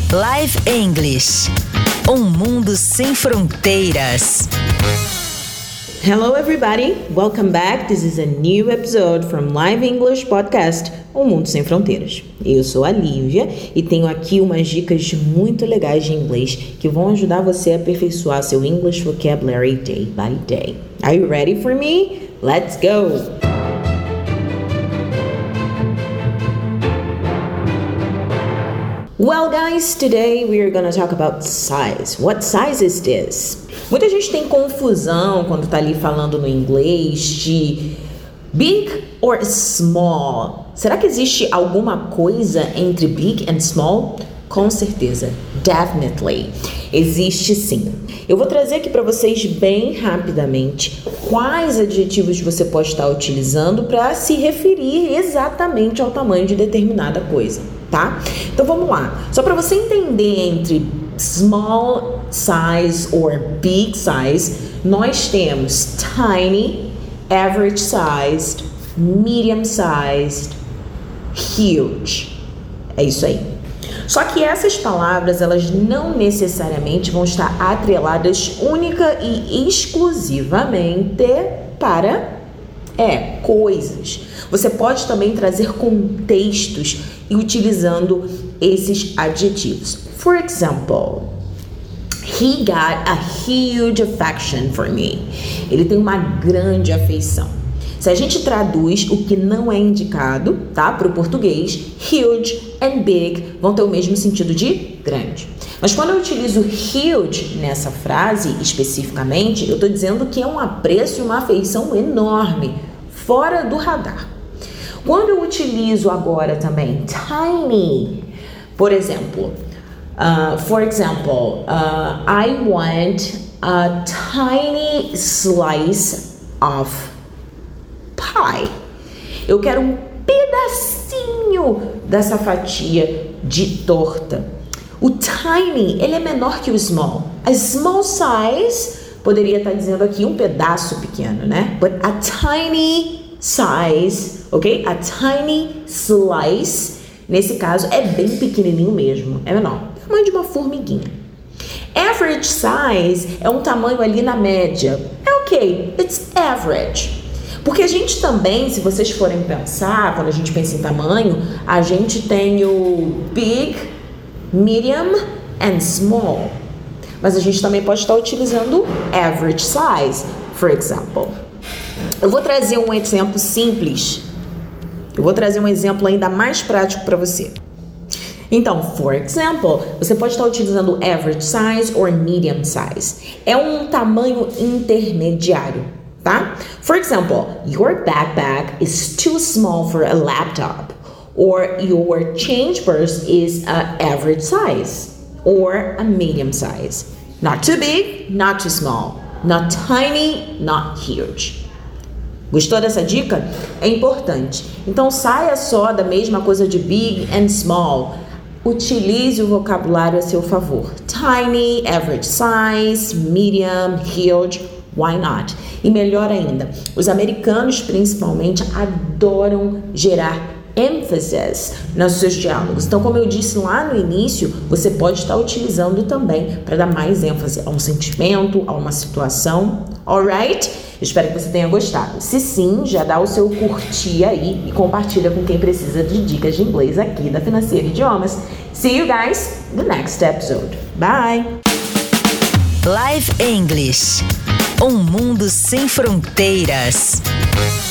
Live English. Mundo sem fronteiras. Hello everybody, welcome back. This is a new episode from Live English Podcast, Mundo sem fronteiras. Eu sou a Lívia e tenho aqui umas dicas muito legais de inglês que vão ajudar você a aperfeiçoar seu English vocabulary day by day. Are you ready for me? Let's go! Well guys, today we are going to talk about size. What size is this? Muita gente tem confusão quando tá ali falando no inglês de big or small. Será que existe alguma coisa entre big and small? Com certeza, definitely. Existe sim. Eu vou trazer aqui para vocês bem rapidamente quais adjetivos você pode estar utilizando para se referir exatamente ao tamanho de determinada coisa, tá? Então vamos lá. Só para você entender entre small size or big size, nós temos tiny, average sized, medium sized, huge. É isso aí. Só que essas palavras, elas não necessariamente vão estar atreladas única e exclusivamente para coisas. Você pode também trazer contextos e utilizando esses adjetivos. For example, he got a huge affection for me. Ele tem uma grande afeição. Se a gente traduz o que não é indicado, tá, para o português, huge and big vão ter o mesmo sentido de grande. Mas quando eu utilizo huge nessa frase especificamente, eu estou dizendo que é um apreço e uma afeição enorme, fora do radar. Quando eu utilizo agora também tiny, por exemplo, I want a tiny slice of pie. Eu quero um pedacinho dessa fatia de torta. O tiny, ele é menor que o small. A small size poderia estar dizendo aqui um pedaço pequeno, né? But a tiny size, ok? A tiny slice, nesse caso, é bem pequenininho mesmo. É menor. Tamanho de uma formiguinha. Average size é um tamanho ali na média. É ok. It's average. Porque a gente também, se vocês forem pensar, quando a gente pensa em tamanho, a gente tem o big, medium and small. Mas a gente também pode estar utilizando average size, for example. Eu vou trazer um exemplo simples. Eu vou trazer um exemplo ainda mais prático para você. Então, for example, você pode estar utilizando average size or medium size. É um tamanho intermediário, tá? For example, your backpack is too small for a laptop, or your change purse is an average size, or a medium size. Not too big, not too small, not tiny, not huge. Gostou dessa dica? É importante. Então saia só da mesma coisa de big and small. Utilize o vocabulário a seu favor. Tiny, average size, medium, huge. Why not? E melhor ainda, os americanos principalmente adoram gerar emphasis nos seus diálogos. Então, como eu disse lá no início, você pode estar utilizando também para dar mais ênfase a um sentimento, a uma situação. Alright? Espero que você tenha gostado. Se sim, já dá o seu curtir aí e compartilha com quem precisa de dicas de inglês aqui da Financeira Idiomas. See you guys in the next episode. Bye! Live English. Mundo sem fronteiras.